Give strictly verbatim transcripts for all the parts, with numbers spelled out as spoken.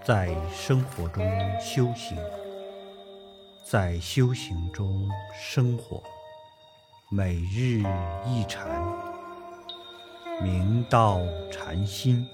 在生活中修行，在修行中生活，每日一禅，明道禅心。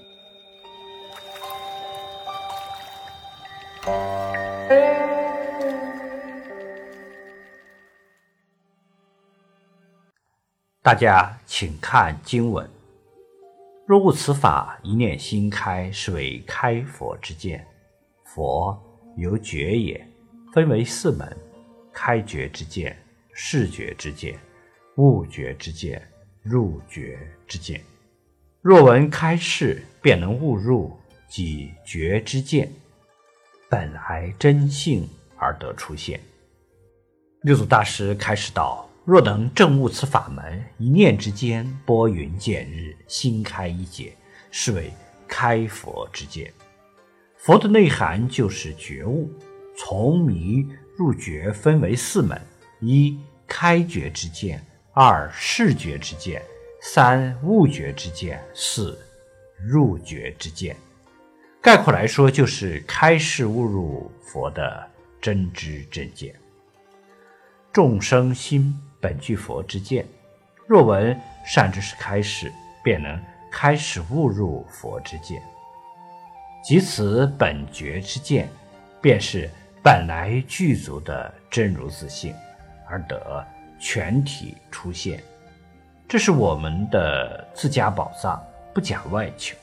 大家请看经文：若悟此法，一念心开，是为开佛之见。佛由觉也，分为四门：开觉之见、视觉之见、悟觉之见、入觉之见。若闻开示，便能悟入，即觉之见，本来真性而得出现。六祖大师开示道：若能证悟此法门，一念之间，拨云见日，心开一解，是为开佛之见。佛的内涵就是觉悟，从迷入觉分为四门：一开觉之见，二视觉之见，三悟觉之见，四入觉之见。概括来说，就是开示悟入佛的真知真见。众生心本具佛之见，若闻善知识开示，便能开始悟入佛之见。即此本觉之见，便是本来具足的真如自性，而得全体出现。这是我们的自家宝藏，不讲外求。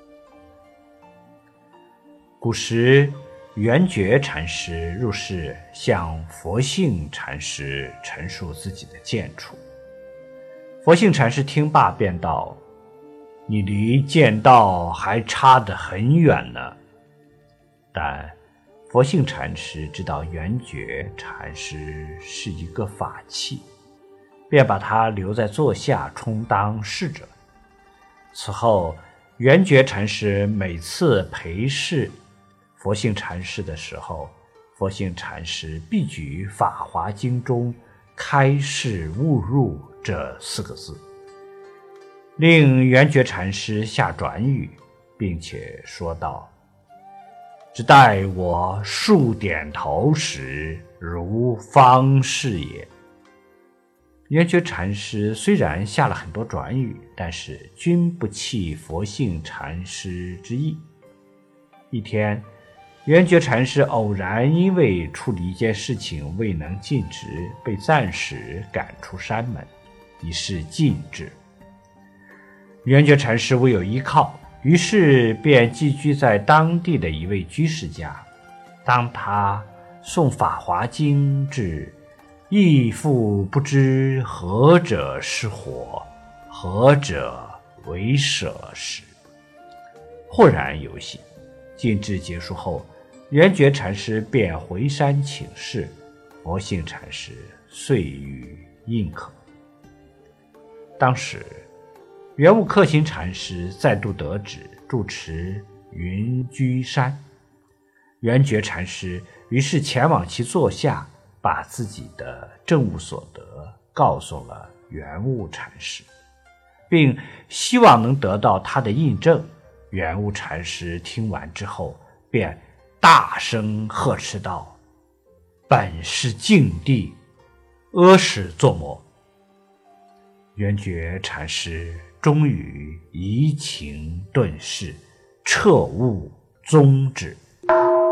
古时圆觉禅师入室向佛性禅师陈述自己的见处。佛性禅师听罢便道：你离见道还差得很远呢。但佛性禅师知道圆觉禅师是一个法器，便把他留在座下充当侍者。此后圆觉禅师每次陪侍佛性禅师的时候，佛性禅师必举《法华经》中开示悟入这四个字，令圆觉禅师下转语，并且说道：只待我数点头时，如方是也。圆觉禅师虽然下了很多转语，但是均不弃佛性禅师之意。一天，圆觉禅师偶然因为处理一件事情未能尽职，被暂时赶出山门，以示禁制。圆觉禅师未有依靠，于是便寄居在当地的一位居士家。当他诵《法华经》至亦复不知何者是火，何者为舍时，豁然有醒。禁制结束后，圆觉禅师便回山请示，佛性禅师遂予认可。当时圆悟克勤禅师再度得旨住持云居山，圆觉禅师于是前往其座下，把自己的证悟所得告诉了圆悟禅师，并希望能得到他的印证。圆悟禅师听完之后，便大声呵斥道：本是净地，阿使作魔。圆觉禅师终于移情顿释，彻悟宗旨。